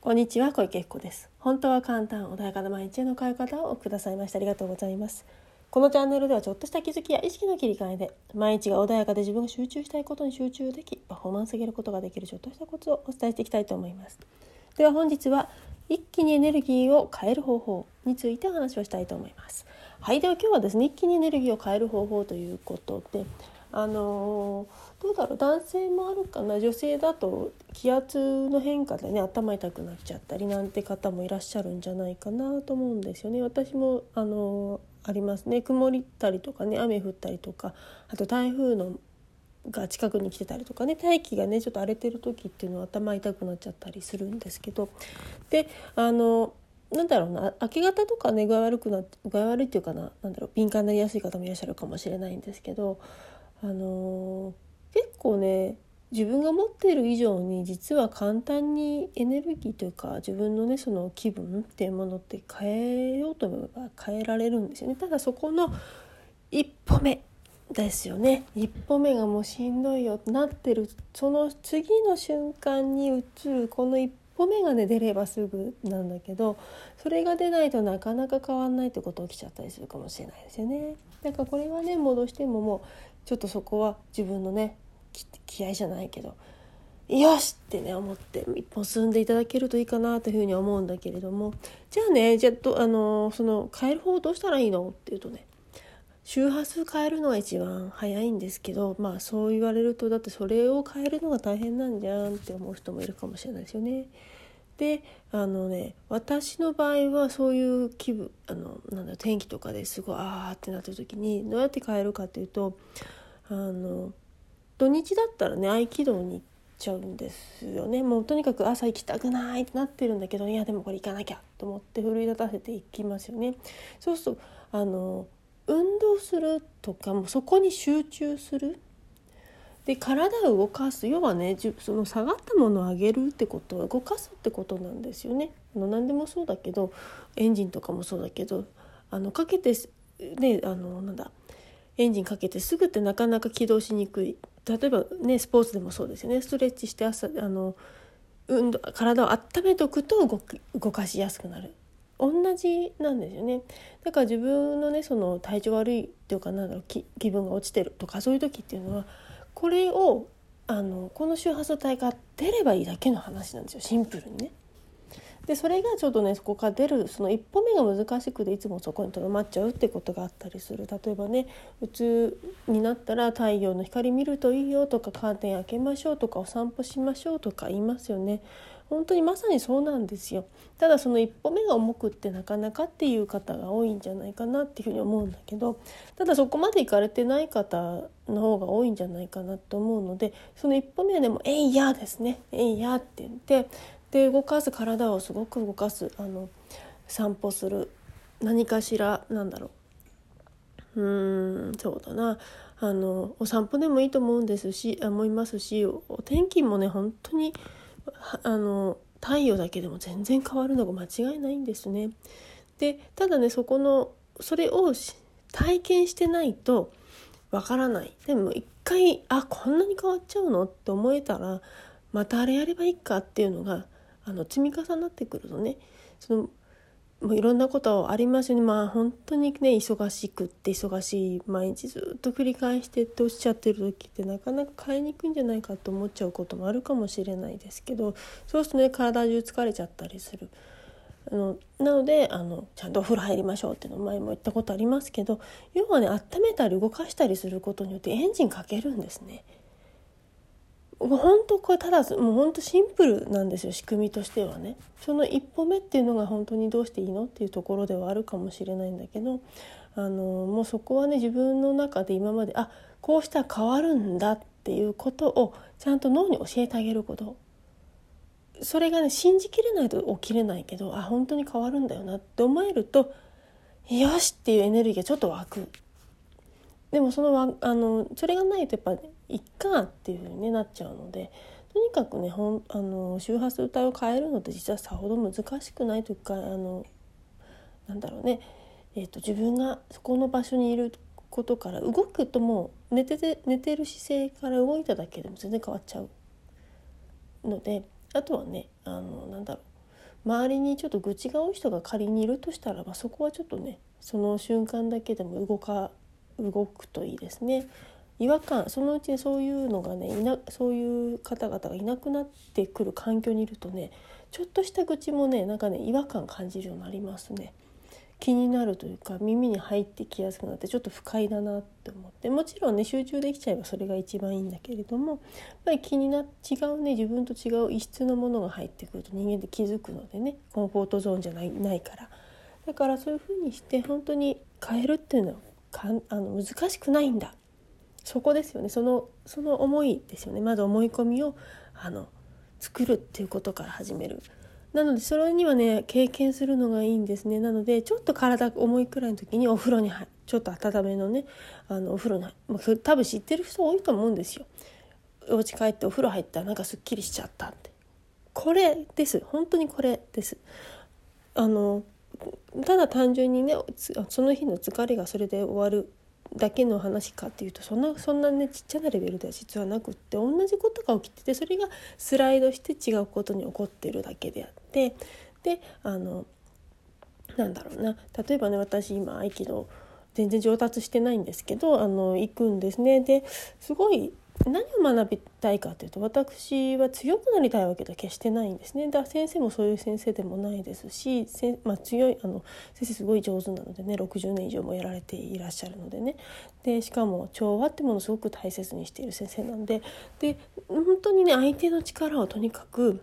こんにちは、小池彦です。本当は簡単、穏やかな毎日への変え方をくださいましてありがとうございます。このチャンネルではちょっとした気づきや意識の切り替えで毎日が穏やかで自分が集中したいことに集中できパフォーマンス上げることができるちょっとしたコツをお伝えしていきたいと思います。では本日は一気にエネルギーを変える方法についてお話をしたいと思います。はい、では今日はですね、一気にエネルギーを変える方法ということでどうだろう、男性もあるかな、女性だと気圧の変化でね頭痛くなっちゃったりなんて方もいらっしゃるんじゃないかなと思うんですよね。私もありますね。曇ったりとかね、雨降ったりとか、あと台風のが近くに来てたりとかね、大気がねちょっと荒れてる時っていうのは頭痛くなっちゃったりするんですけど、でなんだろうな、明け方とかね具合悪いっていうかな、なんだろう、敏感になりやすい方もいらっしゃるかもしれないんですけど、結構ね自分が持っている以上に実は簡単にエネルギーというか自分のねその気分っていうものって変えようと思えば変えられるんですよね。ただそこの一歩目ですよね。一歩目がもうしんどいよってなってるその次の瞬間に移るこの一歩目がね出ればすぐなんだけど、それが出ないとなかなか変わんないってこと起きちゃったりするかもしれないですよね。だからこれはね戻してももうちょっとそこは自分のね気合じゃないけどよしってね思って一歩進んでいただけるといいかなというふうに思うんだけれども、じゃあその変える方どうしたらいいのっていうとね、周波数変えるのが一番早いんですけど、そう言われるとだってそれを変えるのが大変なんじゃんって思う人もいるかもしれないですよね。で私の場合はそういう気分天気とかですごいってなってる時にどうやって変えるかっていうと、土日だったらね合気道に行っちゃうんですよね。もうとにかく朝行きたくないってなってるんだけど、いやでもこれ行かなきゃと思って奮い立たせていきますよね。そうすると運動するとかもそこに集中する。で体を動かす、要はねその下がったものを上げるってことは動かすってことなんですよね。何でもそうだけど、エンジンとかもそうだけどかけてねエンジンかけてすぐってなかなか起動しにくい。例えばねスポーツでもそうですよね。ストレッチして体を温めておくと動かしやすくなる。同じなんですよね。だから自分のねその体調悪いというか気分が落ちてるとかそういう時っていうのはこれをこの周波数帯が出ればいいだけの話なんですよ、シンプルにね。でそれがちょっとねそこから出るその一歩目が難しくていつもそこにとどまっちゃうってことがあったりする。例えばねうつになったら太陽の光見るといいよとか、カーテン開けましょうとか、お散歩しましょうとか言いますよね。本当にまさにそうなんですよ。ただその一歩目が重くってなかなかっていう方が多いんじゃないかなっていうふうに思うんだけど、ただそこまで行かれてない方の方が多いんじゃないかなと思うので、その一歩目はでもえいやですね、えいやって言ってで体をすごく動かす、散歩する、何かしらそうだな、お散歩でもいいと思うんですし思いますし、お天気もね本当に太陽だけでも全然変わるのが間違いないんですね。でただねそれを体験してないとわからない。でも一回こんなに変わっちゃうのって思えたらまたあれやればいいかっていうのが積み重なってくるとね、もういろんなことありますよね。本当にね忙しい毎日ずっと繰り返してっておっしゃってる時ってなかなか変えにくいんじゃないかと思っちゃうこともあるかもしれないですけど、そうするとね体中疲れちゃったりする。なのでちゃんとお風呂入りましょうっていうの前も言ったことありますけど、要はね温めたり動かしたりすることによってエンジンかけるんですね。本当これもう本当シンプルなんですよ、仕組みとしてはね。その一歩目っていうのが本当にどうしていいのっていうところではあるかもしれないんだけど、もうそこはね自分の中で今までこうしたら変わるんだっていうことをちゃんと脳に教えてあげること。それがね信じきれないと起きれないけど本当に変わるんだよなって思えるとよしっていうエネルギーがちょっと湧く。でもそれがないとやっぱいっかっていう風に、なっちゃうので、とにかくね周波数帯を変えるのって実はさほど難しくないというか自分がそこの場所にいることから動くと、もう寝てる姿勢から動いただけでも全然変わっちゃうので、あとはね周りにちょっと愚痴が多い人が仮にいるとしたらば、そこはちょっとねその瞬間だけでも動くといいですね。違和感、そのうちにそういうのがねそういう方々がいなくなってくる環境にいるとね、ちょっとした愚痴もね違和感感じるようになりますね。気になるというか、耳に入ってきやすくなって、ちょっと不快だなって思って、もちろんね集中できちゃえばそれが一番いいんだけれども、やっぱり違うね、自分と違う異質のものが入ってくると人間って気づくのでね、コンフォートゾーンじゃないから、だからそういう風にして本当に変えるっていうのは難しくないんだ、そこですよね。その思いですよね。まず思い込みを作るっていうことから始める。なのでそれにはね経験するのがいいんですね。なのでちょっと体重いくらいの時にお風呂にちょっと温めのねお風呂に多分知ってる人多いと思うんですよ。お家帰ってお風呂入ったらすっきりしちゃったって、これです。本当にこれです。ただ単純にねその日の疲れがそれで終わるだけの話かっていうと、そんなねちっちゃなレベルでは実はなくって、同じことが起きてて、それがスライドして違うことに起こっているだけであって、でなんだろうな、例えばね私今合気道全然上達してないんですけど行くんですね。ですごい何を学びたいかというと、私は強くなりたいわけでは決してないんですね。だから先生もそういう先生でもないですし、強い先生すごい上手なのでね、60年以上もやられていらっしゃるのでね、でしかも調和ってものをすごく大切にしている先生なんで、本当にね相手の力をとにかく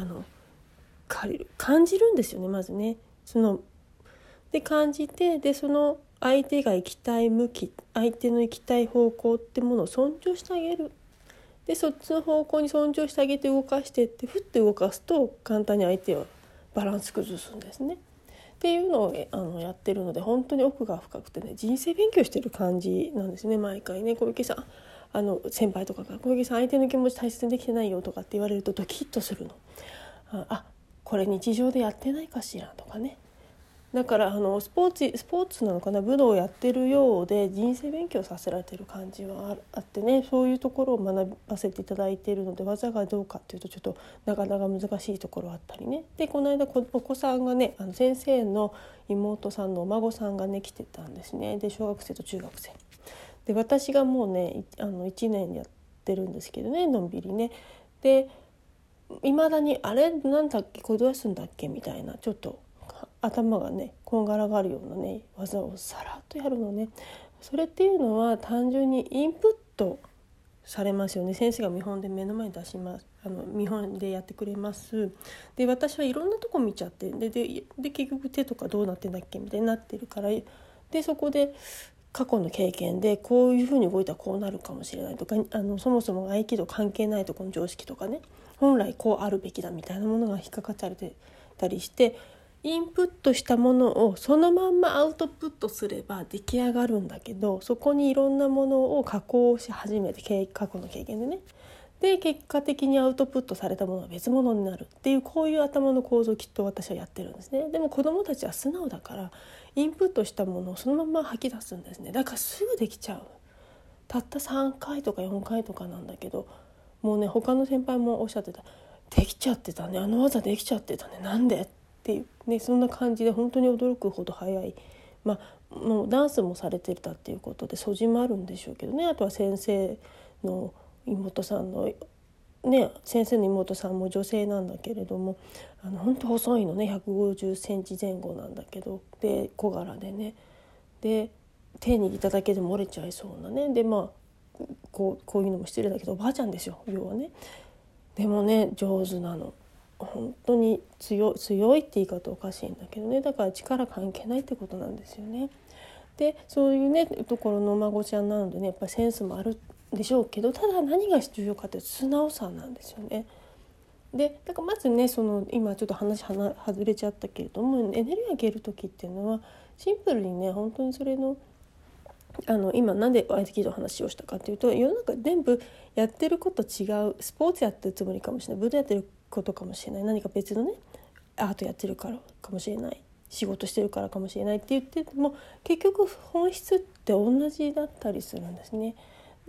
感じるんですよね。まずね感じて、でその相手が行きたい向き、相手の行きたい方向ってものを尊重してあげる。でそっちの方向に尊重してあげて動かしてって、ふって動かすと簡単に相手はバランス崩すんですね。っていうのをやってるので、本当に奥が深くてね、人生勉強してる感じなんですね。毎回ね小池さん先輩とかが小池さん相手の気持ち大切にできてないよとかって言われるとドキッとするの。これ日常でやってないかしらとかね。だからスポーツなのかな、武道をやってるようで人生勉強させられてる感じはあってね、そういうところを学ばせていただいているので、技がどうかっていうとちょっとなかなか難しいところあったりね。でこの間お子さんがね先生の妹さんのお孫さんがね来てたんですね。で小学生と中学生で、私がもうね1年やってるんですけどね、のんびりね。でいまだにあれなんだっけ、これどうやすんだっけみたいな、ちょっと頭がねこんがらがるようなね技をさらっとやるのね。それっていうのは単純にインプットされますよね。先生が見本で目の前に出します。見本でやってくれます。で私はいろんなとこ見ちゃってで結局手とかどうなってんだっけみたいになってるから、でそこで過去の経験でこういうふうに動いたらこうなるかもしれないとか、そもそも合気道関係ないところの常識とかね、本来こうあるべきだみたいなものが引っかかってたりして、インプットしたものをそのまんまアウトプットすれば出来上がるんだけど、そこにいろんなものを加工し始めて過去の経験でね、で結果的にアウトプットされたものは別物になるっていう、こういう頭の構造をきっと私はやってるんですね。でも子どもたちは素直だからインプットしたものをそのまま吐き出すんですね。だからすぐできちゃう。たった3回とか4回とかなんだけど、もうね他の先輩もおっしゃってた、できちゃってたね、あの技できちゃってたね、なんでっていうね、そんな感じで本当に驚くほど早い。もうダンスもされてたっていうことで素地もあるんでしょうけどね。あとは先生の妹さんのね、先生の妹さんも女性なんだけれども本当細いのね、150センチ前後なんだけど、で小柄でね、で手握っただけで漏れちゃいそうなね、でこういうのも失礼だけどおばあちゃんですよ要はね。でもね上手なの、本当に強いって言い方おかしいんだけどね、だから力関係ないってことなんですよね。でそういうねところのお孫ちゃんなのでね、やっぱりセンスもあるでしょうけど、ただ何が重要かというと素直さなんですよね。でだからまずね今ちょっと話外れちゃったけれども、エネルギー上げる時っていうのはシンプルにね、本当にそれの今なんで合気道の話をしたかというと、世の中全部やってること違う、スポーツやってるつもりかもしれない、武道やってることかもしれない、何か別のねアートやってるからかもしれない、仕事してるからかもしれないって言ってても結局本質って同じだったりするんですね。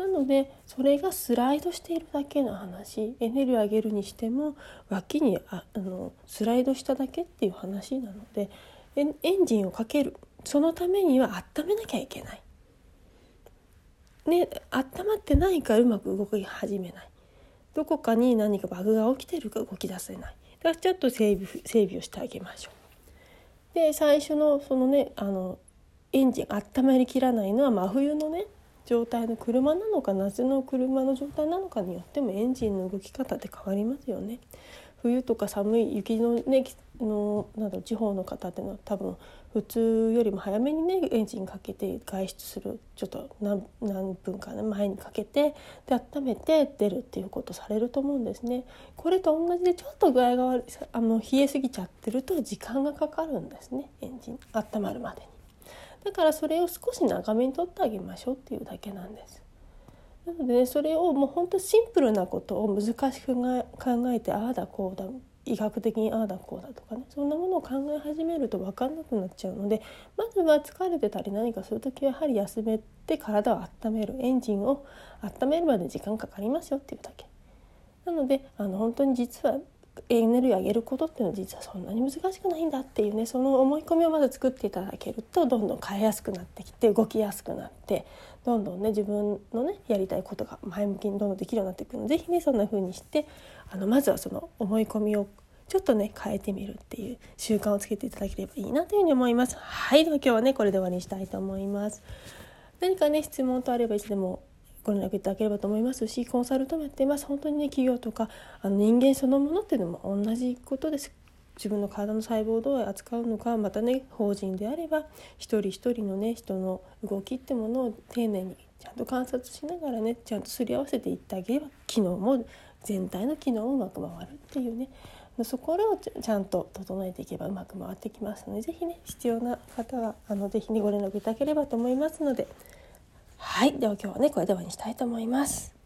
なのでそれがスライドしているだけの話、エネルギーを上げるにしても脇にスライドしただけっていう話なので、エンジンをかける、そのためには温めなきゃいけない、ね、温まってないからうまく動き始めない、どこかに何かバグが起きてるか動き出せない、だからちょっと整備をしてあげましょう。で最初のそのねエンジン温まりきらないのは真冬のね状態の車なのか夏の車の状態なのかによってもエンジンの動き方って変わりますよね。冬とか寒い雪のね地方の方っていうのは多分普通よりも早めにねエンジンかけて外出する、ちょっと何分か、ね、前にかけてで温めて出るっていうことされると思うんですね。これと同じでちょっと具合が悪い冷えすぎちゃってると時間がかかるんですね、エンジン温まるまでに。だからそれを少し長めに取ってあげましょうっていうだけなんです。なのでね、それをもう本当シンプルなことを難しく考えてああだこうだ、医学的にああだこうだとかね、そんなものを考え始めると分かんなくなっちゃうので、まずは疲れてたり何かするときはやはり休めて体を温める、エンジンを温めるまで時間かかりますよっていうだけなので、本当に実はエネルギーを上げることっていうのは実はそんなに難しくないんだっていうね、その思い込みをまず作っていただけるとどんどん変えやすくなってきて動きやすくなって、どんどんね自分のねやりたいことが前向きにどんどんできるようになっていくので、ぜひねそんな風にしてまずはその思い込みをちょっとね変えてみるっていう習慣をつけていただければいいなというふうに思います。はい、では今日はねこれで終わりにしたいと思います。何かね質問とあればいつでもご連絡いただければと思いますし、コンサルトもやっています。本当にね企業とか人間そのものっていうのも同じことです。自分の体の細胞をどう扱うのか、またね法人であれば一人一人のね人の動きってものを丁寧にちゃんと観察しながらねちゃんとすり合わせていってあげれば機能も全体の機能もうまく回るっていうね、そこをちゃんと整えていけばうまく回ってきますので、ぜひね必要な方はぜひねご連絡いただければと思いますので、はい、では今日はねこれで終わりにしたいと思います。